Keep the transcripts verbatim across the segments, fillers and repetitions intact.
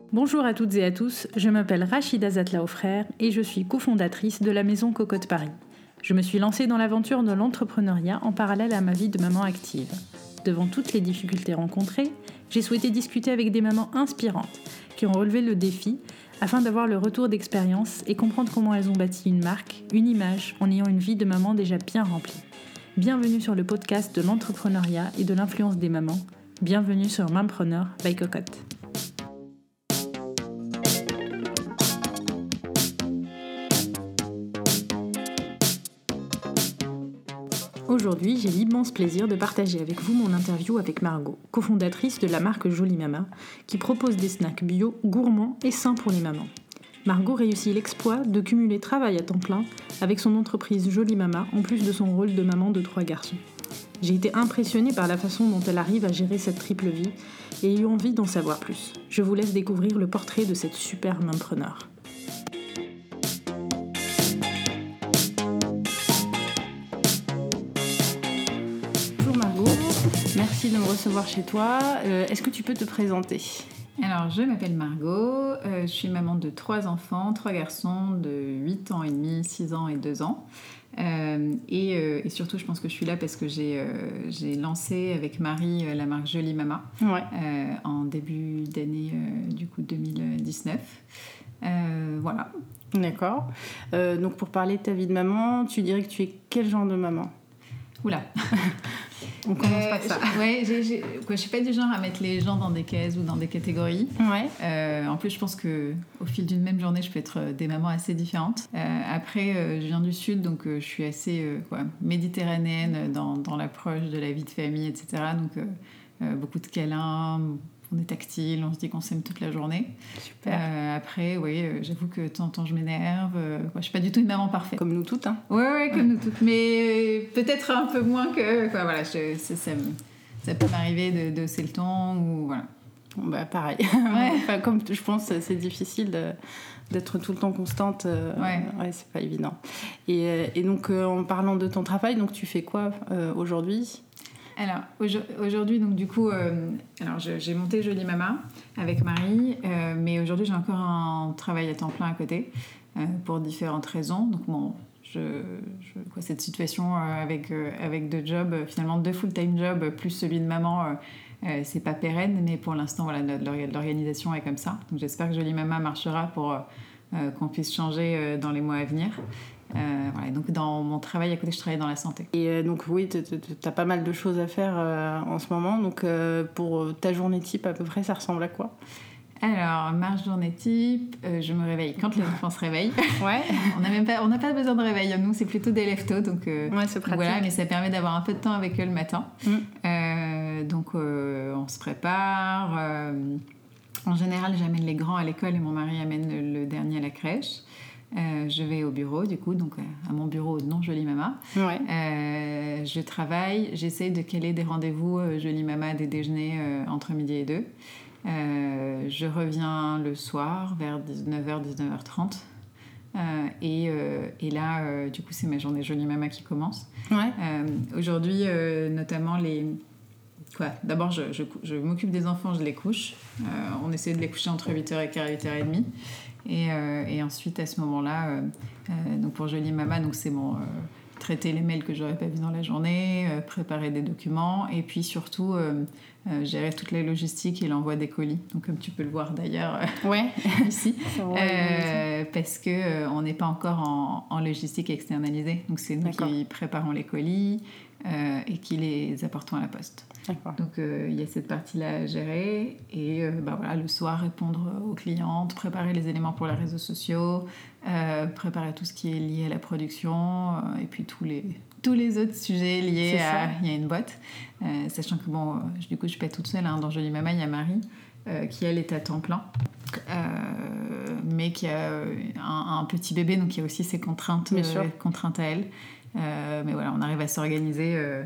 Bonjour à toutes et à tous, je m'appelle Rachida Zatlaoufrère et je suis cofondatrice de la maison Cocotte Paris. Je me suis lancée dans l'aventure de l'entrepreneuriat en parallèle à ma vie de maman active. Devant toutes les difficultés rencontrées, j'ai souhaité discuter avec des mamans inspirantes qui ont relevé le défi afin d'avoir le retour d'expérience et comprendre comment elles ont bâti une marque, une image en ayant une vie de maman déjà bien remplie. Bienvenue sur le podcast de l'entrepreneuriat et de l'influence des mamans. Bienvenue sur Mampreneur by Cocotte. Aujourd'hui, j'ai l'immense plaisir de partager avec vous mon interview avec Margot, cofondatrice de la marque Jolie Mama, qui propose des snacks bio, gourmands et sains pour les mamans. Margot réussit l'exploit de cumuler travail à temps plein avec son entreprise Jolie Mama, en plus de son rôle de maman de trois garçons. J'ai été impressionnée par la façon dont elle arrive à gérer cette triple vie et ai eu envie d'en savoir plus. Je vous laisse découvrir le portrait de cette super mampreneur. Merci de me recevoir chez toi. Euh, est-ce que tu peux te présenter ? Alors, je m'appelle Margot, euh, je suis maman de trois enfants, trois garçons de huit ans et demi, six ans et deux ans. Euh, et, euh, et surtout, je pense que je suis là parce que j'ai, euh, j'ai lancé avec Marie euh, la marque Jolie Mama ouais. euh, en début d'année euh, du coup deux mille dix-neuf. Euh, voilà. D'accord. Euh, donc, pour parler de ta vie de maman, tu dirais que tu es quel genre de maman ? Oula. On commence euh, par ça. Ouais, j'ai, j'ai, quoi, je suis pas du genre à mettre les gens dans des cases ou dans des catégories. Ouais. Euh, en plus, je pense que au fil d'une même journée, je peux être des mamans assez différentes. Euh, après, euh, je viens du sud, donc euh, je suis assez euh, quoi, méditerranéenne dans, dans l'approche de la vie de famille, et cetera. Donc euh, euh, beaucoup de câlins. On est tactile, on se dit qu'on s'aime toute la journée. Super. Euh, après, oui, euh, j'avoue que de temps en temps, je m'énerve. Euh, quoi, je suis pas du tout une maman parfaite. Comme nous toutes, hein. Ouais, ouais, comme ouais. nous toutes. Mais euh, peut-être un peu moins que... Quoi, voilà, je, ça, ça, ça peut m'arriver de, de hausser le ton ou voilà. Bah, pareil. Ouais. Enfin, comme je pense, c'est difficile de, d'être tout le temps constante. Euh, ouais. ouais, c'est pas évident. Et, et donc, euh, en parlant de ton travail, donc tu fais quoi euh, aujourd'hui ? Alors, aujourd'hui, donc, du coup, euh, alors, je, j'ai monté Jolie Mama avec Marie, euh, mais aujourd'hui, j'ai encore un travail à temps plein à côté, euh, pour différentes raisons. Donc, bon, je, je, quoi, cette situation euh, avec, euh, avec deux jobs, euh, finalement deux full-time jobs, plus celui de maman, euh, euh, c'est pas pérenne, mais pour l'instant, voilà, l'organisation est comme ça. Donc, j'espère que Jolie Mama marchera pour euh, qu'on puisse changer euh, dans les mois à venir. Euh, voilà, donc dans mon travail à côté, je travaille dans la santé. Et euh, donc oui, tu as pas mal de choses à faire euh, en ce moment. Donc euh, pour ta journée type, à peu près, ça ressemble à quoi ? Alors, ma journée type, euh, je me réveille quand les enfants se réveillent. Ouais. on n'a même pas, on n'a pas besoin de réveil. Nous, c'est plutôt des lève-tôt, donc euh, ouais, c'est pratique. Voilà, mais ça permet d'avoir un peu de temps avec eux le matin. Mm. Euh, donc, euh, on se prépare. Euh, en général, j'amène les grands à l'école et mon mari amène le, le dernier à la crèche. Euh, je vais au bureau, du coup, donc euh, à mon bureau non Jolie Mama. Ouais. Euh, je travaille, j'essaie de caler des rendez-vous euh, Jolie Mama, des déjeuners euh, entre midi et deux. Euh, je reviens le soir vers dix-neuf heures, dix-neuf heures trente. Euh, et, euh, et là, euh, du coup, c'est ma journée Jolie Mama qui commence. Ouais. Euh, aujourd'hui, euh, notamment les... Quoi, d'abord, je, je, je m'occupe des enfants, je les couche. Euh, on essaie de les coucher entre huit heures quinze et huit heures trente. Et, euh, et ensuite, à ce moment-là, euh, euh, donc pour Jolie Mama, donc c'est bon, euh, traiter les mails que j'aurais pas vus dans la journée, euh, préparer des documents, et puis surtout euh, euh, gérer toute la logistique et l'envoi des colis. Donc comme tu peux le voir d'ailleurs euh, ouais. ici, euh, parce que euh, on n'est pas encore en, en logistique externalisée. Donc c'est nous D'accord. qui préparons les colis euh, et qui les apportons à la poste. D'accord. Donc il euh, y a cette partie-là à gérer et euh, bah, voilà, le soir répondre aux clientes, préparer les éléments pour les réseaux sociaux, euh, préparer tout ce qui est lié à la production euh, et puis tous les, tous les autres sujets liés C'est à il y a une boîte. Euh, sachant que bon, euh, du coup je suis pas toute seule, hein, dans Jolie Mama il y a Marie euh, qui elle est à temps plein. Euh, mais qui a un, un petit bébé, donc il y a aussi ses contraintes, euh, contraintes à elle. Euh, mais voilà, on arrive à s'organiser. Euh,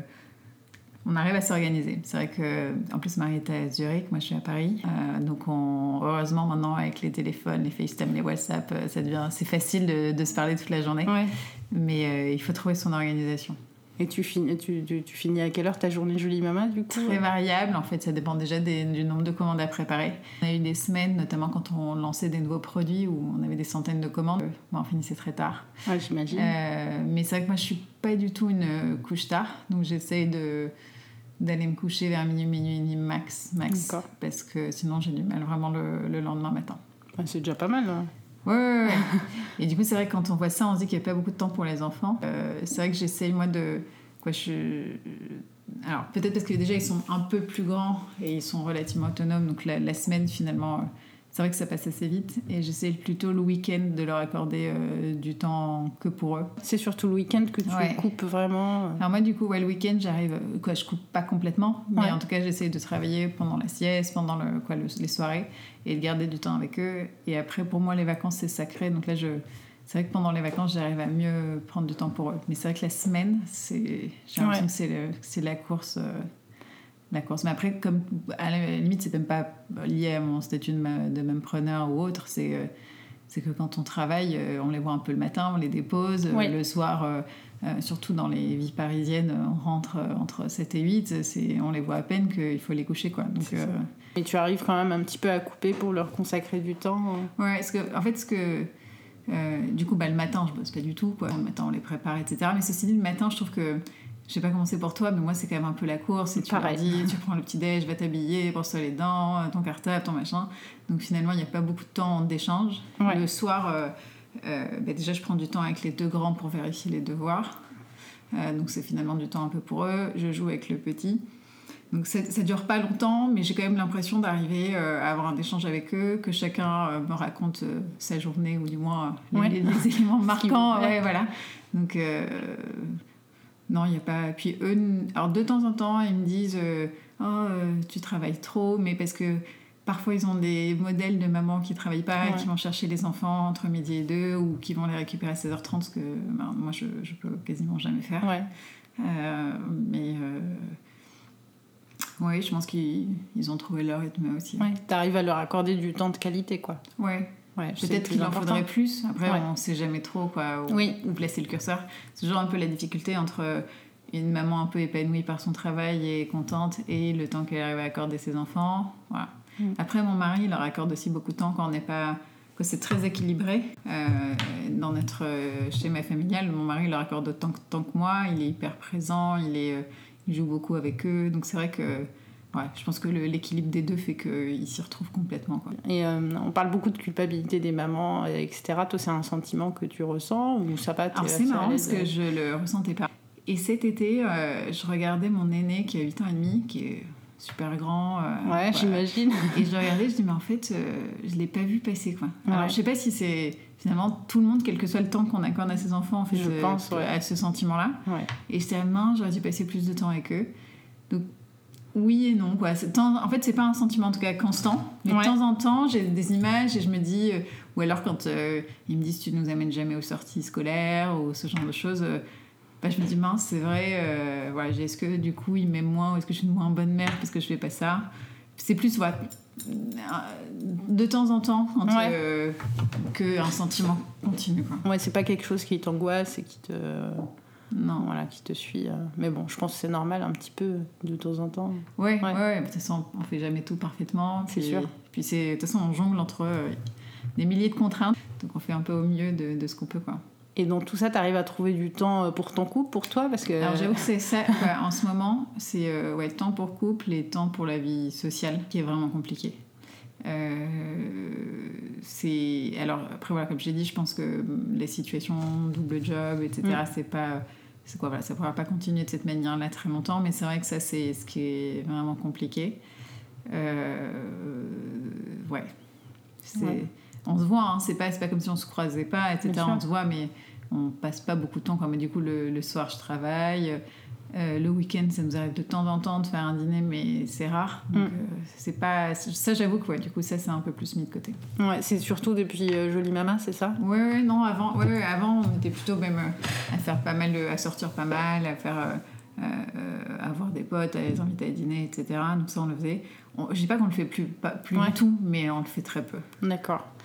on arrive à s'organiser. C'est vrai que, en plus, Marie est à Zurich, moi je suis à Paris. Euh, donc, on, heureusement, maintenant, avec les téléphones, les FaceTime, les WhatsApp, ça devient, c'est facile de, de se parler toute la journée. Ouais. Mais euh, il faut trouver son organisation. Et tu finis, tu, tu, tu finis à quelle heure ta journée Jolie Maman, du coup? Très variable, en fait, ça dépend déjà des, du nombre de commandes à préparer. On a eu des semaines, notamment quand on lançait des nouveaux produits, où on avait des centaines de commandes. Bon, on finissait très tard. Ouais, j'imagine. Euh, mais c'est vrai que moi, je suis pas du tout une couche tard, donc j'essaye de, d'aller me coucher vers minuit, minuit et demi max, max. D'accord. Parce que sinon, j'ai du mal vraiment le, le lendemain matin. Ouais, c'est déjà pas mal, hein. Ouais, ouais, ouais. Et du coup, c'est vrai que quand on voit ça, on se dit qu'il n'y a pas beaucoup de temps pour les enfants. Euh, c'est vrai que j'essaye, moi, de... Quoi, je... Alors, peut-être parce que déjà, ils sont un peu plus grands et ils sont relativement autonomes. Donc, la, la semaine, finalement, euh, c'est vrai que ça passe assez vite. Et j'essaie plutôt le week-end de leur accorder euh, du temps que pour eux. C'est surtout le week-end que tu Ouais. coupes vraiment. Alors, moi, du coup, ouais, le week-end, j'arrive... Quoi, je coupe pas complètement. Mais Ouais. en tout cas, j'essaie de travailler pendant la sieste, pendant le, quoi, le, les soirées. Et de garder du temps avec eux. Et après, pour moi, les vacances, c'est sacré. Donc là, je... c'est vrai que pendant les vacances, j'arrive à mieux prendre du temps pour eux. Mais c'est vrai que la semaine, c'est... j'ai l'impression Ouais. que c'est, le... c'est la course... Euh... la course. Mais après, comme à la limite, c'est même pas lié à mon statut de, ma... de memepreneur ou autre. C'est, euh... c'est que quand on travaille, euh, on les voit un peu le matin, on les dépose. Ouais. Euh, le soir, euh... Euh, surtout dans les vies parisiennes, on rentre euh, entre sept et huit. C'est... on les voit à peine qu'il faut les coucher, quoi. Donc... Euh... Et tu arrives quand même un petit peu à couper pour leur consacrer du temps. Ouais, parce que, en fait, ce que... Euh, du coup, bah, le matin, je bosse pas du tout, quoi. Le matin, on les prépare, et cetera. Mais ceci dit, le matin, je trouve que... Je sais pas comment c'est pour toi, mais moi, c'est quand même un peu la course. Et tu leur dis, tu prends le petit-déj, va t'habiller, brosse-toi les dents, ton cartable, ton machin. Donc, finalement, il n'y a pas beaucoup de temps d'échange. Ouais. Le soir, euh, euh, bah, déjà, je prends du temps avec les deux grands pour vérifier les devoirs. Euh, donc, c'est finalement du temps un peu pour eux. Je joue avec le petit. Donc ça, ça dure pas longtemps, mais j'ai quand même l'impression d'arriver euh, à avoir un échange avec eux, que chacun euh, me raconte euh, sa journée, ou du moins euh, Ouais. les, les éléments marquants. Ouais. Ouais, voilà. Donc, euh, non, il n'y a pas... Puis eux, alors de temps en temps, ils me disent euh, « Oh, euh, tu travailles trop », mais parce que parfois, ils ont des modèles de mamans qui travaillent pas, Ouais. et qui vont chercher les enfants entre midi et deux, ou qui vont les récupérer à seize heures trente, ce que ben, moi, je, je peux quasiment jamais faire. Ouais. Euh, mais... Euh, oui, je pense qu'ils ils ont trouvé leur rythme aussi. Ouais. T'arrives à leur accorder du temps de qualité, quoi. Ouais. Ouais, c'est Peut-être le plus qu'il en important. faudrait plus. Après, Ouais. on ne sait jamais trop quoi, où, Oui. où placer le curseur. C'est toujours un peu la difficulté entre une maman un peu épanouie par son travail et contente et le temps qu'elle arrive à accorder ses enfants. Voilà. Mm. Après, mon mari, il leur accorde aussi beaucoup de temps quand on n'est pas... que c'est très équilibré. Euh, dans notre schéma familial, mon mari il leur accorde autant de temps que moi. Il est hyper présent, il, est, il joue beaucoup avec eux. Donc c'est vrai que ouais, je pense que le, l'équilibre des deux fait qu'ils s'y retrouvent complètement, quoi. Et euh, on parle beaucoup de culpabilité des mamans, et cetera. Toi, c'est un sentiment que tu ressens ou ça va? Alors c'est marrant parce que je le ressentais pas. Et cet été, euh, je regardais mon aîné qui a huit ans et demi, qui est super grand. Euh, Ouais, voilà. j'imagine. Et je le regardais, je dis mais en fait, euh, je l'ai pas vu passer, quoi. Ouais. Alors je sais pas si c'est finalement tout le monde, quel que soit le temps qu'on accorde à ses enfants, en fait, Je euh, pense, ouais. à ce sentiment-là. Ouais. Et j'étais à main, j'aurais dû passer plus de temps avec eux. Donc oui et non, quoi. C'est temps... En fait, c'est pas un sentiment en tout cas constant, mais Ouais. de temps en temps, j'ai des images et je me dis, euh, ou alors quand euh, ils me disent tu nous amènes jamais aux sorties scolaires ou ce genre de choses. Euh, bah, je me dis mince, c'est vrai, euh, voilà, est-ce que du coup ils m'aiment moins ou est-ce que je suis une moins bonne mère parce que je fais pas ça? C'est plus voilà, de temps en temps entre, Ouais. euh, qu'un sentiment continu, quoi. Ouais, c'est pas quelque chose qui t'angoisse et qui te, Non. voilà, qui te suit. euh. Mais bon, je pense que c'est normal un petit peu de temps en temps. Ouais, Ouais. ouais, ouais, de toute façon, on fait jamais tout parfaitement. C'est puis, sûr. Puis c'est, de toute façon, on jongle entre euh, des milliers de contraintes, donc on fait un peu au mieux de, de ce qu'on peut, quoi. Et dans tout ça, t'arrives à trouver du temps pour ton couple, pour toi, parce que. Alors j'avoue que c'est ça, quoi, en ce moment, c'est euh, ouais, temps pour couple et temps pour la vie sociale qui est vraiment compliqué. Euh, c'est... Alors après, voilà, comme j'ai dit, je pense que les situations double job, et cetera, Mm. c'est pas... C'est quoi, voilà, ça ne pourra pas continuer de cette manière-là très longtemps, mais c'est vrai que ça, c'est ce qui est vraiment compliqué. Euh, ouais. C'est... Ouais. On se voit, hein, c'est pas, c'est pas comme si on se croisait pas, et cetera. On se voit, mais on passe pas beaucoup de temps. Quoi. Mais du coup, le, le soir, je travaille. Euh, le week-end, ça nous arrive de temps en temps de faire un dîner, mais c'est rare. Donc, Mm. euh, c'est pas... Ça, j'avoue que ouais, du coup, ça, c'est un peu plus mis de côté. Ouais, c'est surtout depuis euh, Jolie Maman, c'est ça? Ouais, ouais, non, avant, ouais, ouais, avant, on était plutôt même euh, à faire pas mal, de, à sortir pas mal, à faire... Euh, euh, avoir des potes, à les inviter à dîner, et cetera. Donc ça, on le faisait. On, je dis pas qu'on le fait plus, pas, plus Ouais. du tout, mais on le fait très peu. D'accord.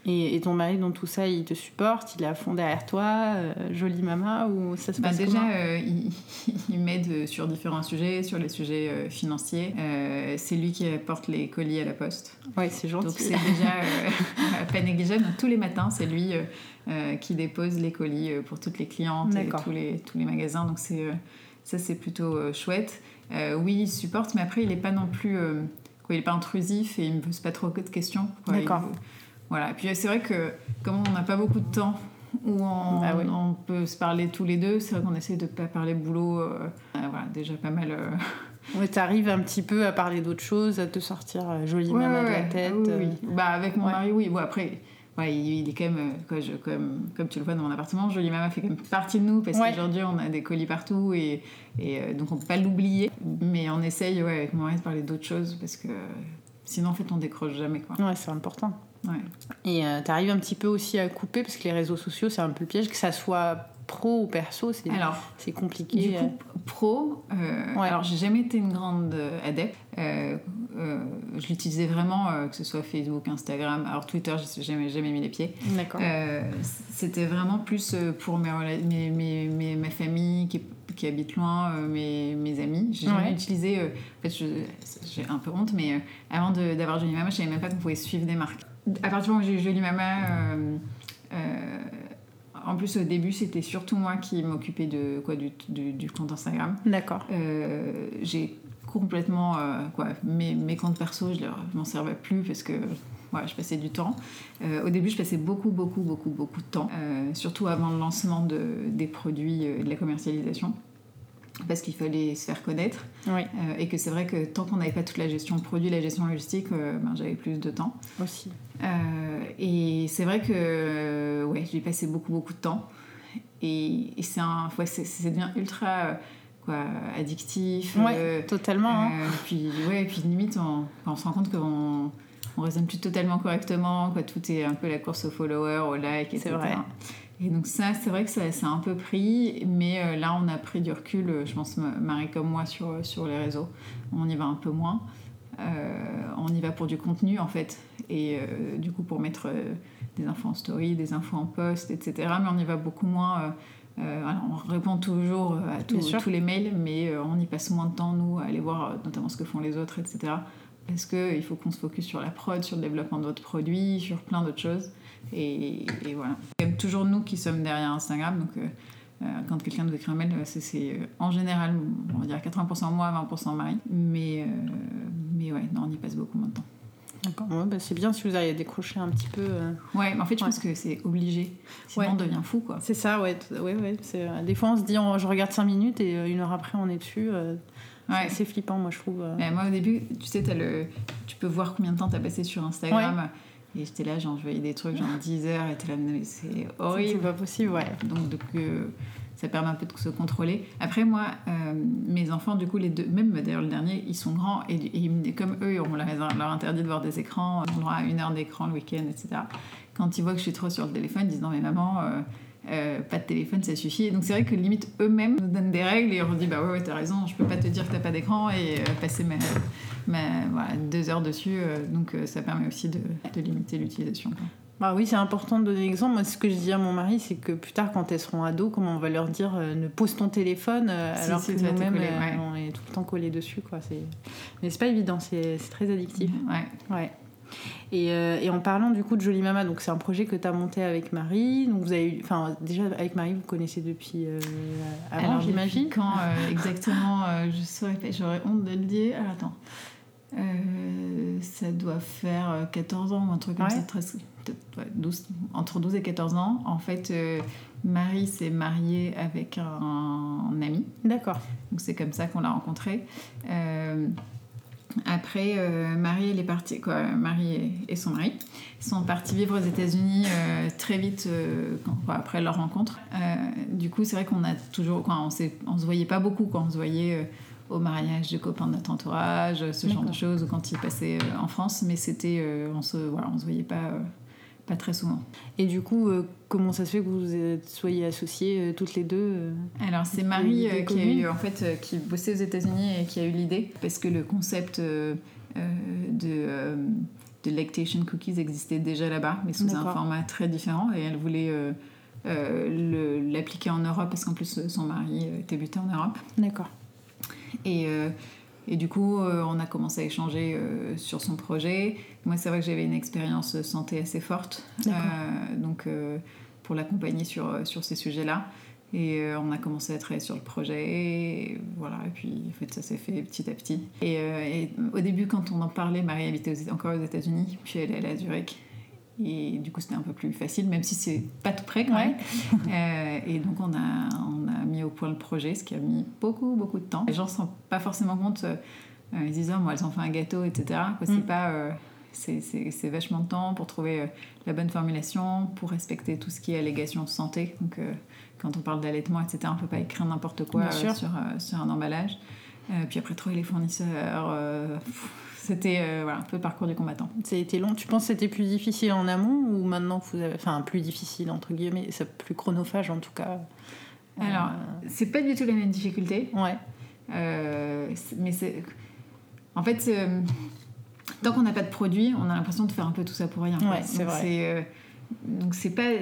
Et, et ton mari, dans tout ça, il te supporte, il est à fond derrière toi, euh, jolie maman, ou ça se bah passe déjà, comment euh, il, il m'aide sur différents sujets, sur les sujets euh, financiers. Euh, c'est lui qui apporte les colis à la poste. Oui, c'est gentil. Donc c'est déjà euh, pas négligeable. Donc, tous les matins, c'est lui euh, euh, qui dépose les colis euh, pour toutes les clientes D'accord. et tous les, tous les magasins. Donc c'est, euh, ça, c'est plutôt euh, chouette. Euh, oui, il supporte, mais après, il n'est pas non plus... Euh, quoi, il n'est pas intrusif et il ne me pose pas trop de questions. Quoi. D'accord. Il, voilà. Et puis c'est vrai que comme on n'a pas beaucoup de temps où on, bah oui. on peut se parler tous les deux, c'est vrai qu'on essaie de ne pas parler boulot. Euh, euh, voilà, déjà pas mal... Euh... Ouais, t'arrives un petit peu à parler d'autres choses, à te sortir euh, jolie ouais, maman ouais, de la ouais. tête. Oui, euh... oui. Bah, avec mon ouais. mari, oui. Bon, après, ouais, il, il est quand même, quoi, je, comme, comme tu le vois dans mon appartement, Jolie Maman fait quand même partie de nous parce ouais. qu'aujourd'hui, on a des colis partout et, et euh, donc on ne peut pas l'oublier. Mais on essaye, ouais, avec mon mari, de parler d'autres choses parce que sinon, en fait, on décroche jamais, quoi. Ouais, c'est important. Ouais. Et euh, t'arrives un petit peu aussi à couper parce que les réseaux sociaux, c'est un peu le piège, que ça soit pro ou perso, c'est, alors, c'est compliqué. Du coup, pro, euh, ouais. alors j'ai jamais été une grande adepte. Euh, euh, je l'utilisais vraiment, euh, que ce soit Facebook, Instagram. Alors Twitter, j'ai jamais, jamais mis les pieds. D'accord. Euh, c'était vraiment plus pour mes, mes, mes, mes, ma famille qui, qui habite loin, euh, mes, mes amis. J'ai jamais ouais. utilisé. Euh, en fait, je, j'ai un peu honte, mais euh, avant de, d'avoir Jolie Maman, je savais même pas qu'on pouvait suivre des marques. À partir du moment où j'ai eu Jolie Maman, euh, euh, en plus au début c'était surtout moi qui m'occupais de quoi du, du, du compte Instagram. D'accord. Euh, j'ai complètement euh, quoi mes, mes comptes perso, je, leur, je m'en servais plus parce que ouais, je passais du temps. Euh, au début je passais beaucoup beaucoup beaucoup beaucoup de temps, euh, surtout avant le lancement de, des produits, euh, de la commercialisation. Parce qu'il fallait se faire connaître. Oui. Euh, et que c'est vrai que tant qu'on n'avait pas toute la gestion de produit, la gestion logistique, euh, ben, j'avais plus de temps. Aussi. Euh, et c'est vrai que euh, ouais, j'y passé beaucoup, beaucoup de temps. Et, et c'est un, ouais, c'est, c'est devient ultra euh, quoi, addictif. Ouais, euh, totalement. Hein. Euh, puis, ouais, puis limite, on, on se rend compte qu'on on raisonne plus totalement correctement. Quoi, tout est un peu la course aux followers, aux likes, et cetera. C'est vrai. Et donc ça, c'est vrai que ça, ça a un peu pris, mais euh, là, on a pris du recul, euh, je pense, Marie comme moi, sur, sur les réseaux. On y va un peu moins. Euh, on y va pour du contenu, en fait. Et euh, du coup, pour mettre euh, des infos en story, des infos en post, et cetera. Mais on y va beaucoup moins... Euh, euh, alors on répond toujours à tout, tous les mails, mais euh, on y passe moins de temps, nous, à aller voir euh, notamment ce que font les autres, et cetera. Parce qu'il faut qu'on se focus sur la prod, sur le développement de votre produit, sur plein d'autres choses. Et, et voilà. C'est même toujours nous qui sommes derrière Instagram. Donc, euh, euh, quand quelqu'un nous écrit un mail, c'est, c'est euh, en général, on va dire quatre-vingts pour cent moi, vingt pour cent Marie. Mais, euh, mais ouais, non, on y passe beaucoup moins de temps. D'accord. Ouais, bah c'est bien si vous arrivez à décrocher un petit peu. Euh... Ouais, mais en fait, je ouais. pense que c'est obligé. Sinon, ouais. on devient fou, quoi. C'est ça, ouais. ouais, ouais c'est, euh, des fois, on se dit, on, je regarde cinq minutes et euh, une heure après, on est dessus. Euh, ouais. C'est assez flippant, moi, je trouve. Euh... Mais moi, au début, tu sais, t'as le... tu peux voir combien de temps t'as passé sur Instagram. Ouais. Et j'étais là, genre, je voyais des trucs, genre dix heures, et t'es là, mais c'est horrible. C'est pas possible, ouais. Donc, donc euh, ça permet un peu de se contrôler. Après, moi, euh, mes enfants, du coup, les deux, même d'ailleurs le dernier, ils sont grands, et, et comme eux, on leur, leur interdit de voir des écrans, on aura une heure d'écran le week-end, et cetera. Quand ils voient que je suis trop sur le téléphone, ils disent non, mais maman, euh, euh, pas de téléphone, ça suffit. Et donc, c'est vrai que limite, eux-mêmes nous donnent des règles, et on dit bah ouais, ouais, t'as raison, je peux pas te dire que t'as pas d'écran, et euh, passer ma. Mais voilà, deux heures dessus, euh, donc euh, ça permet aussi de, de limiter l'utilisation. Quoi. Bah oui, c'est important de donner l'exemple. Moi, ce que je dis à mon mari, c'est que plus tard, quand elles seront ados, comment on va leur dire euh, ne pose ton téléphone euh, si, alors si, que nous-mêmes, collé, euh, ouais. on est tout le temps collés dessus, quoi. C'est... Mais c'est pas évident, c'est, c'est très addictif. Ouais. Ouais. Et, euh, et en parlant du coup de Jolie Maman, donc c'est un projet que tu as monté avec Marie. Donc vous avez eu, enfin déjà avec Marie, vous connaissez depuis euh, avant, alors, j'imagine. Quand euh, exactement, euh, je saurais pas, j'aurais honte de le dire. Alors attends. Euh, ça doit faire quatorze ans ou un truc comme ouais. ça, treize, ouais, douze, entre douze et quatorze ans. En fait, euh, Marie s'est mariée avec un, un ami. D'accord. Donc c'est comme ça qu'on l'a rencontrée. Euh, après, euh, Marie, elle est partie, quoi, Marie et son mari sont partis vivre aux États-Unis euh, très vite euh, quand, quoi, après leur rencontre. Euh, du coup, c'est vrai qu'on a toujours, quoi, on, s'est, on se voyait pas beaucoup quand on se voyait. Euh, au mariage de copains de notre entourage, ce D'accord. genre de choses, ou quand ils passaient euh, en France, mais c'était, euh, on se, voilà, on se voyait pas, euh, pas très souvent. Et du coup, euh, comment ça se fait que vous êtes, soyez associées euh, toutes les deux euh, Alors c'est Marie euh, qui a eu, en fait, euh, qui bossait aux États-Unis et qui a eu l'idée, parce que le concept euh, euh, de, euh, de lactation cookies existait déjà là-bas, mais sous D'accord. un format très différent. Et elle voulait euh, euh, le, l'appliquer en Europe parce qu'en plus son mari était buté en Europe. D'accord. Et, euh, et du coup, euh, on a commencé à échanger euh, sur son projet. Moi, c'est vrai que j'avais une expérience santé assez forte, euh, donc euh, pour l'accompagner sur, sur ces sujets-là. Et euh, on a commencé à travailler sur le projet, et voilà, et puis en fait ça s'est fait petit à petit. Et, euh, et au début, quand on en parlait, Marie habitait aux, encore aux États-Unis, puis elle est allée à Zurich. Et du coup, c'était un peu plus facile, même si c'est pas tout près quand même. Ouais. euh, et donc, on a, on a mis au point le projet, ce qui a mis beaucoup, beaucoup de temps. Les gens ne se rendent pas forcément compte. Euh, ils disent, oh, moi, elles ont fait un gâteau, et cetera. Quoi, mm. C'est pas... Euh, c'est, c'est, c'est vachement de temps pour trouver euh, la bonne formulation, pour respecter tout ce qui est allégation de santé. Donc, euh, quand on parle d'allaitement, et cetera, on ne peut pas écrire n'importe quoi euh, sur, euh, sur un emballage. Euh, puis après, trouver les fournisseurs... Euh, pff, C'était euh, voilà, un peu le parcours du combattant. Ça a été long. Tu penses que c'était plus difficile en amont ou maintenant que vous avez... Enfin, plus difficile, entre guillemets, c'est plus chronophage en tout cas. Alors, euh... c'est pas du tout la même difficulté. Ouais. Euh, c'est... Mais c'est... En fait, c'est... tant qu'on n'a pas de produit, on a l'impression de faire un peu tout ça pour rien. Ouais, c'est Donc, vrai. C'est, euh... Donc, c'est pas...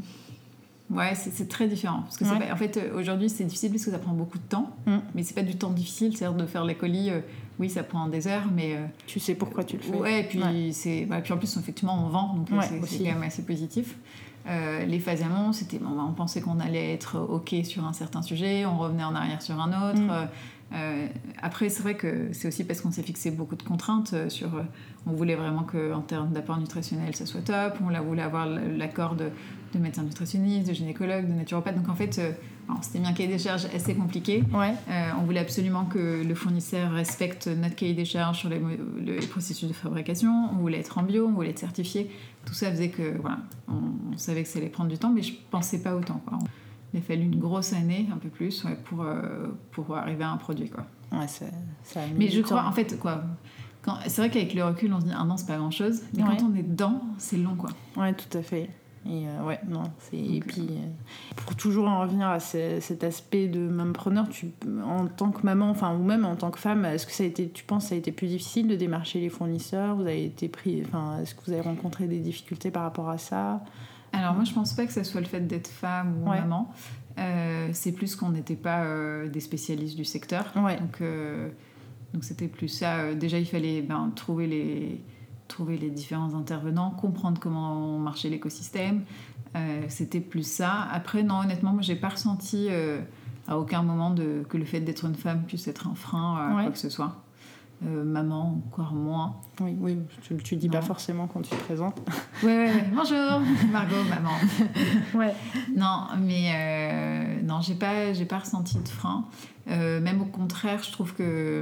Ouais, c'est, c'est très différent. Parce que ouais. c'est pas... En fait, aujourd'hui, c'est difficile parce que ça prend beaucoup de temps. Mm. Mais c'est pas du temps difficile. C'est-à-dire de faire les colis... Euh... Oui, ça prend des heures, mais... Euh, tu sais pourquoi tu le fais. Ouais, et puis, ouais. C'est, ouais, puis en plus, effectivement, on vend, donc ouais, c'est, c'est quand même assez positif. Euh, les phases amont, c'était... Bon, on pensait qu'on allait être OK sur un certain sujet, on revenait en arrière sur un autre. Mm. Euh, après, c'est vrai que c'est aussi parce qu'on s'est fixé beaucoup de contraintes sur... Euh, on voulait vraiment qu'en termes d'apport nutritionnel, ça soit top. On voulait avoir l'accord de, de médecins nutritionnistes, de gynécologues, de naturopathes. Donc, en fait... Euh, Alors, c'était bien un cahier des charges assez compliqué. Ouais. Euh, on voulait absolument que le fournisseur respecte notre cahier des charges sur les, les processus de fabrication. On voulait être en bio, on voulait être certifié. Tout ça faisait que, voilà, on, on savait que ça allait prendre du temps, mais je pensais pas autant, quoi. Il a fallu une grosse année, un peu plus, ouais, pour, euh, pour arriver à un produit, quoi. Ouais, ça, ça a mis mais du je temps. crois, en fait, quoi... Quand, c'est vrai qu'avec le recul, on se dit un an, c'est pas grand-chose. Mais ouais. Quand on est dedans, c'est long, quoi. Ouais, tout à fait. Et euh, ouais, non, c'est... Okay. Et puis, euh, pour toujours en revenir à ce, cet aspect de mampreneur, tu, en tant que maman, enfin, ou même en tant que femme, est-ce que ça a été, tu penses que ça a été plus difficile de démarcher les fournisseurs? Vous avez été pris, enfin, est-ce que vous avez rencontré des difficultés par rapport à ça? Alors, moi, je pense pas que ça soit le fait d'être femme ou ouais. maman. Euh, c'est plus qu'on n'était pas euh, des spécialistes du secteur. Ouais. Donc, euh, donc, c'était plus ça. Déjà, il fallait ben, trouver les... trouver les différents intervenants, comprendre comment marchait l'écosystème. Euh, c'était plus ça. Après, non, honnêtement, moi, j'ai pas ressenti euh, à aucun moment de, que le fait d'être une femme puisse être un frein à ouais. quoi que ce soit. Euh, maman, encore moins. Oui, oui, tu, tu dis non. Pas forcément quand tu te présentes. Ouais, ouais, ouais. Bonjour, Margot, maman. Ouais. Non, mais euh, non, j'ai pas, j'ai pas ressenti de frein. Euh, même au contraire, je trouve que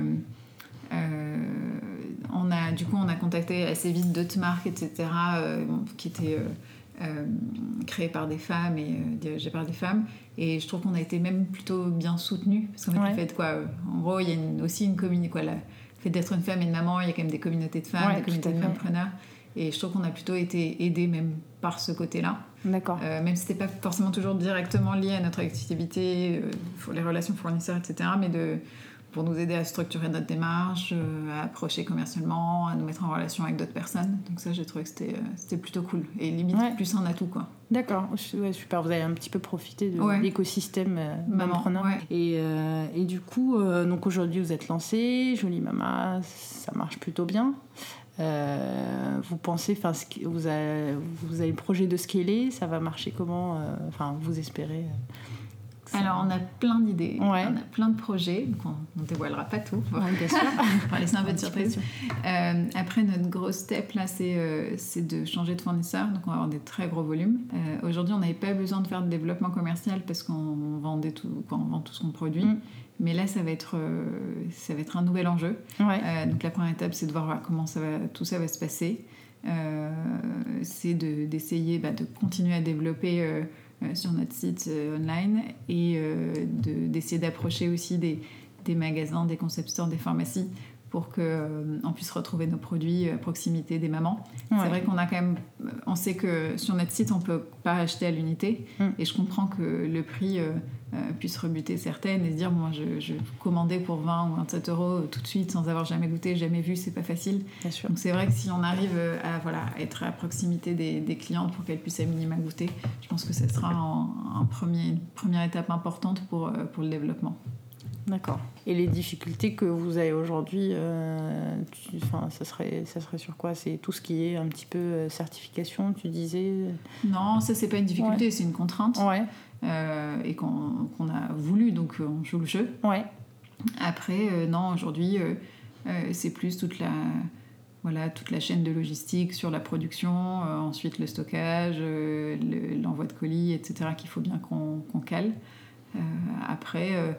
Euh, on a, du coup, on a contacté assez vite d'autres marques, et cetera, euh, bon, qui étaient euh, euh, créées par des femmes et euh, dirigées par des femmes. Et je trouve qu'on a été même plutôt bien soutenus. Parce qu'en fait, ouais. le fait, quoi, euh, en gros, il y a une, aussi une communauté, quoi, la, le fait d'être une femme et une maman, il y a quand même des communautés de femmes, ouais, des communautés de femmepreneurs. Et je trouve qu'on a plutôt été aidés même par ce côté-là. D'accord. Euh, même si c'était pas forcément toujours directement lié à notre activité, euh, pour les relations fournisseurs, et cetera, mais de... pour nous aider à structurer notre démarche, euh, à approcher commercialement, à nous mettre en relation avec d'autres personnes. Donc ça, j'ai trouvé que c'était, euh, c'était plutôt cool. Et limite, ouais. plus un atout, quoi. D'accord, ouais, super. Vous avez un petit peu profité de ouais. l'écosystème euh, maman. Ouais. Et, euh, et du coup, euh, donc aujourd'hui, vous êtes lancée, Jolie Mama, ça marche plutôt bien. Euh, vous pensez, enfin, vous avez, vous avez le projet de scaler, ça va marcher comment? Enfin, euh, vous espérez Ça... Alors, on a plein d'idées, ouais. on a plein de projets, donc on ne dévoilera pas tout. Ouais, bien sûr. On va laisser un peu de surprise. Euh, après, notre gros step, là, c'est, euh, c'est de changer de fournisseur, donc on va avoir des très gros volumes. Euh, aujourd'hui, on n'avait pas besoin de faire de développement commercial parce qu'on vendait tout, quoi, on vend tout ce qu'on produit. Mm. Mais là, ça va être, euh, ça va être un nouvel enjeu. Ouais. Euh, donc, la première étape, c'est de voir voilà, comment ça va, tout ça va se passer. Euh, c'est de, d'essayer bah, de continuer à développer... Euh, Euh, sur notre site euh, online et euh, de, d'essayer d'approcher aussi des, des magasins, des concept stores, des pharmacies pour qu'on euh, puisse retrouver nos produits à proximité des mamans. Ouais. C'est vrai qu'on a quand même... On sait que sur notre site, on ne peut pas acheter à l'unité. Mm. Et je comprends que le prix euh, euh, puisse rebuter certaines et se dire, moi, je, je vais commander pour vingt ou vingt-sept euros tout de suite sans avoir jamais goûté, jamais vu, c'est pas facile. Bien sûr. Donc c'est vrai que si on arrive à, voilà, à être à proximité des, des clientes pour qu'elles puissent à minima goûter, je pense que ce sera un, un premier, une première étape importante pour, pour le développement. D'accord. Et les difficultés que vous avez aujourd'hui, euh, tu, ça, serait, ça serait sur quoi? C'est tout ce qui est un petit peu certification, tu disais? Non, ça, c'est pas une difficulté, ouais. C'est une contrainte. Ouais. Euh, et qu'on, qu'on a voulu, donc on joue le jeu. Ouais. Après, euh, non, aujourd'hui, euh, euh, c'est plus toute la, voilà, toute la chaîne de logistique sur la production, euh, ensuite le stockage, euh, le, l'envoi de colis, et cetera, qu'il faut bien qu'on, qu'on cale. Euh, après... Euh,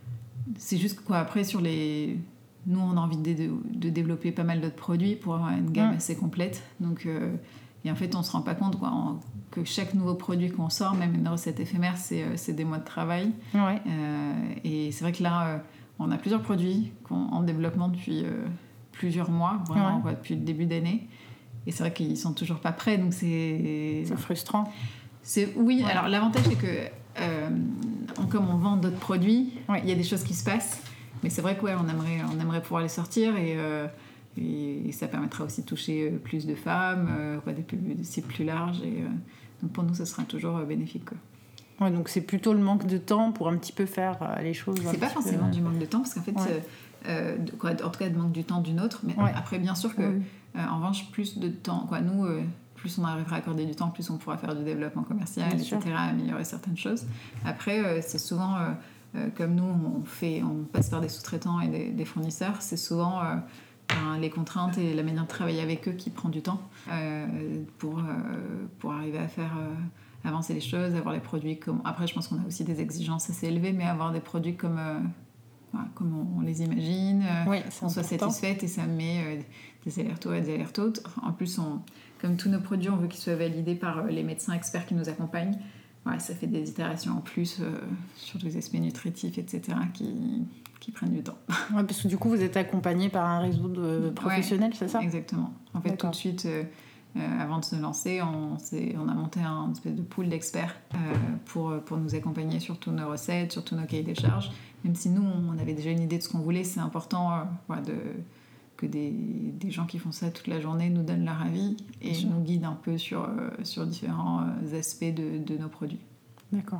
c'est juste quoi, après sur les... Nous, on a envie de, de, de développer pas mal d'autres produits pour avoir une gamme mmh. assez complète. Donc, euh, et en fait, on se rend pas compte quoi, en, que chaque nouveau produit qu'on sort, même une recette éphémère, c'est, c'est des mois de travail. Ouais. Euh, et c'est vrai que là, euh, on a plusieurs produits en développement depuis euh, plusieurs mois, vraiment, ouais. quoi, depuis le début d'année. Et c'est vrai qu'ils sont toujours pas prêts, donc c'est... C'est frustrant. C'est... Oui, ouais. Alors l'avantage, c'est que... Euh, comme on vend d'autres produits, il ouais. y a des choses qui se passent, mais c'est vrai qu'on ouais, aimerait, on aimerait pouvoir les sortir et, euh, et, et ça permettra aussi de toucher plus de femmes, euh, quoi, des, plus, des cibles plus larges. Et, euh, donc pour nous, ça sera toujours bénéfique. Quoi. Ouais, donc c'est plutôt le manque de temps pour un petit peu faire euh, les choses. C'est pas forcément peu... du manque de temps, parce qu'en fait, ouais. euh, quoi, en tout cas, de manque du temps d'une autre, mais ouais. après, bien sûr que, ouais. euh, en revanche, plus de temps, quoi, nous. Euh, plus on arrivera à accorder du temps, plus on pourra faire du développement commercial, Bien et cetera, sûr. Améliorer certaines choses. Après, euh, c'est souvent, euh, euh, comme nous, on, fait, on passe par des sous-traitants et des, des fournisseurs, c'est souvent euh, ben, les contraintes et la manière de travailler avec eux qui prend du temps euh, pour, euh, pour arriver à faire euh, avancer les choses, avoir les produits comme... Après, je pense qu'on a aussi des exigences assez élevées, mais avoir des produits comme... Euh, Voilà, comme on, on les imagine, euh, oui, on soit satisfaite et ça met euh, des allers-retours et des allers-retours. En plus, on, comme tous nos produits, on veut qu'ils soient validés par euh, les médecins experts qui nous accompagnent. Ouais, ça fait des itérations en plus euh, sur les aspects nutritifs, et cetera, qui, qui prennent du temps. Ouais, parce que du coup, vous êtes accompagné par un réseau de professionnels, ouais, c'est ça? Exactement. En fait, D'accord. tout de suite, euh, euh, avant de se lancer, on, on a monté un, une espèce de pool d'experts euh, pour, pour nous accompagner sur toutes nos recettes, sur tous nos cahiers des charges. Même si nous, on avait déjà une idée de ce qu'on voulait, c'est important euh, ouais, de, que des, des gens qui font ça toute la journée nous donnent leur avis et mmh. nous guident un peu sur, euh, sur différents euh, aspects de, de nos produits. D'accord.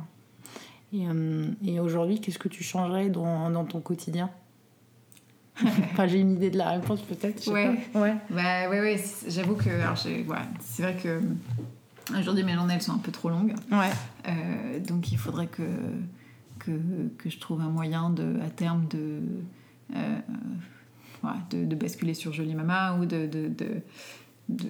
Et, euh, et aujourd'hui, qu'est-ce que tu changerais dans, dans ton quotidien? Enfin, j'ai une idée de la réponse peut-être. Je sais ouais. Pas. Ouais. Bah, ouais, ouais. J'avoue que alors, j'ai, ouais, c'est vrai que aujourd'hui, mes journées elles sont un peu trop longues. Ouais. Euh, donc, il faudrait que... Que, que je trouve un moyen de, à terme de, euh, ouais, de, de basculer sur Jolie Mama ou de, de, de, de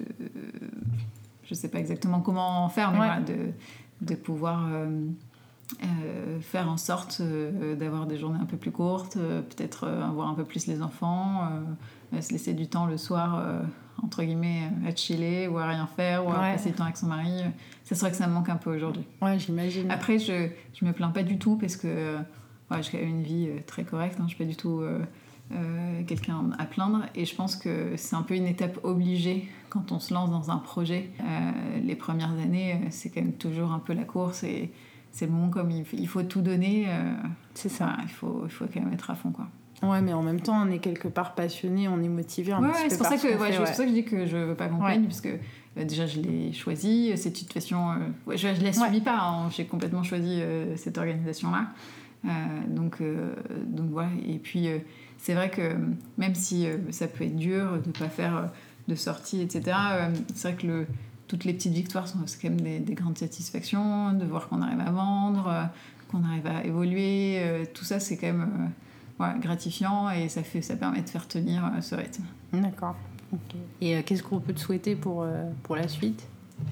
je sais pas exactement comment faire, mais ouais. voilà, de, de pouvoir euh, euh, faire en sorte euh, d'avoir des journées un peu plus courtes, euh, peut-être euh, avoir un peu plus les enfants, euh, se laisser du temps le soir, euh, entre guillemets, à chiller ou à rien faire ou à ouais. passer du temps avec son mari. C'est vrai que ça me manque un peu aujourd'hui. Ouais, j'imagine. Après, je, je me plains pas du tout parce que ouais, j'ai une vie très correcte, hein, je suis pas du tout euh, euh, quelqu'un à plaindre et je pense que c'est un peu une étape obligée quand on se lance dans un projet. Euh, les premières années, c'est quand même toujours un peu la course et c'est le moment comme il, il faut tout donner. Euh, c'est ça. Ouais, il, faut, il faut quand même être à fond, quoi. Ouais, mais en même temps, on est quelque part passionné, on est motivé un ouais, petit ouais, peu c'est pour par ça que, ce ouais, fait, c'est ouais. pour ça que je dis que je veux pas qu'on plaigne, ouais. parce que euh, déjà je l'ai choisi, cette situation, euh, ouais, je, je la subis ouais. pas, hein, j'ai complètement choisi euh, cette organisation-là. Euh, donc, euh, donc voilà, et puis euh, c'est vrai que même si euh, ça peut être dur de pas faire euh, de sortie, et cetera, euh, c'est vrai que le, toutes les petites victoires sont c'est quand même des, des grandes satisfactions, de voir qu'on arrive à vendre, euh, qu'on arrive à évoluer, euh, tout ça c'est quand même... Euh, Ouais, gratifiant et ça, fait, ça permet de faire tenir euh, ce rythme. D'accord. Okay. Et euh, qu'est-ce qu'on peut te souhaiter pour, euh, pour la suite?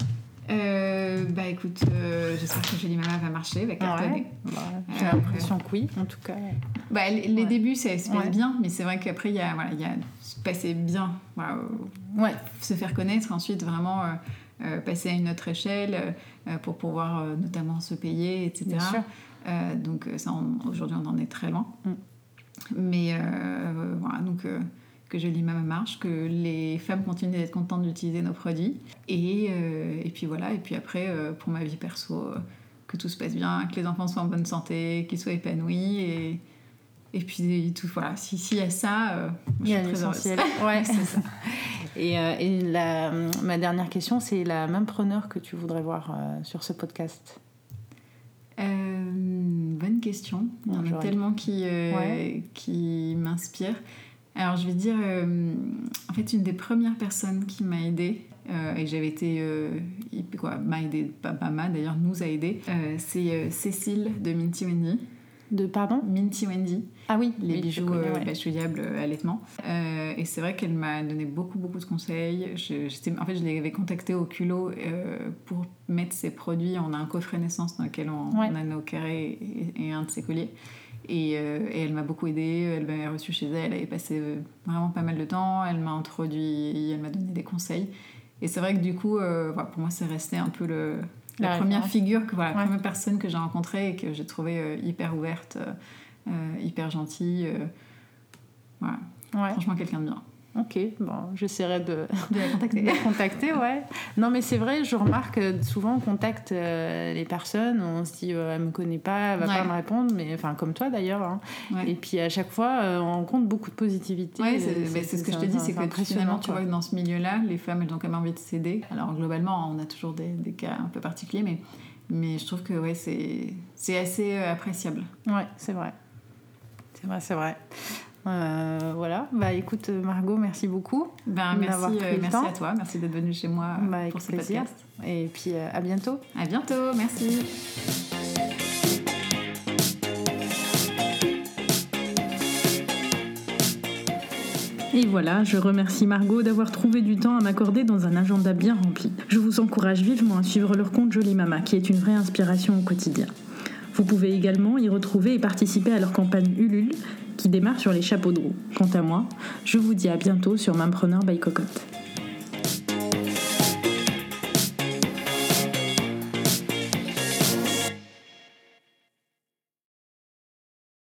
euh, Bah écoute, euh, j'espère que Jolie Mama va marcher, va cartonner. Ouais. Bah, j'ai euh, l'impression après... que oui, en tout cas. Bah, les, les ouais. débuts, ça se passe ouais. bien, mais c'est vrai qu'après, il y a, voilà, y a se passer bien, voilà, ouais. se faire connaître, ensuite vraiment euh, euh, passer à une autre échelle euh, pour pouvoir euh, notamment se payer, et cetera. Bien sûr. Euh, donc ça, on, aujourd'hui, on en est très loin. Mm. Mais euh, voilà, donc euh, que Jolie Mama marche, que les femmes continuent d'être contentes d'utiliser nos produits. Et, euh, et puis voilà, et puis après, euh, pour ma vie perso, euh, que tout se passe bien, que les enfants soient en bonne santé, qu'ils soient épanouis. Et, et puis tout, voilà, si, si y a ça, euh, je suis très heureuse. Ouais, c'est ça. Et, euh, et la, ma dernière question, c'est la mampreneur que tu voudrais voir euh, sur ce podcast. Euh, bonne question. Il y en a tellement qui, euh, ouais. qui m'inspirent. Alors, je vais dire, euh, en fait, une des premières personnes qui m'a aidée, euh, et j'avais été, euh, quoi, m'a aidée, pas, pas m'a d'ailleurs, nous a aidés, euh, c'est euh, Cécile de Minty Wendy. De pardon Minty Wendy. Ah oui, les oui, bijoux connais, euh, ouais. bacheliables euh, allaitement. Euh, et c'est vrai qu'elle m'a donné beaucoup, beaucoup de conseils. Je, j'étais, en fait, je l'avais contactée au culot euh, pour mettre ses produits. On a un coffret naissance dans lequel on, ouais. on a nos carrés et, et un de ses colliers. Et, euh, et elle m'a beaucoup aidée. Elle m'avait reçue chez elle. Elle avait passé euh, vraiment pas mal de temps. Elle m'a introduit, elle m'a donné des conseils. Et c'est vrai que du coup, euh, voilà, pour moi, c'est resté un peu le... La, la première référence. figure, que, voilà, la ouais. première personne que j'ai rencontrée et que j'ai trouvée euh, hyper ouverte, euh, euh, hyper gentille. Euh, voilà. Ouais. Franchement, quelqu'un de bien. Ok, bon, j'essaierai de, de la contacter. de la contacter, ouais. Non, mais c'est vrai, je remarque souvent on contacte euh, les personnes, on se dit euh, elle me connaît pas, elle va ouais. pas me répondre, mais enfin comme toi d'ailleurs. Hein. Ouais. Et puis à chaque fois, euh, on rencontre beaucoup de positivité. Ouais, c'est, c'est, c'est ce que je te dis, c'est, c'est que finalement, tu vois que dans ce milieu-là, les femmes, elles ont quand même envie de s'aider. Alors globalement, on a toujours des, des cas un peu particuliers, mais mais je trouve que ouais, c'est c'est assez euh, appréciable. Ouais, c'est vrai, c'est vrai, c'est vrai. Euh, voilà, bah écoute Margot, merci beaucoup. Ben, merci euh, merci à toi, merci d'être venue chez moi bah, pour ce plaisir. podcast. Et puis euh, à bientôt. À bientôt, merci. Et voilà, je remercie Margot d'avoir trouvé du temps à m'accorder dans un agenda bien rempli. Je vous encourage vivement à suivre leur compte Jolie Mama, qui est une vraie inspiration au quotidien. Vous pouvez également y retrouver et participer à leur campagne Ulule, qui démarre sur les chapeaux de roue. Quant à moi, je vous dis à bientôt sur Mampreneur by Cocotte.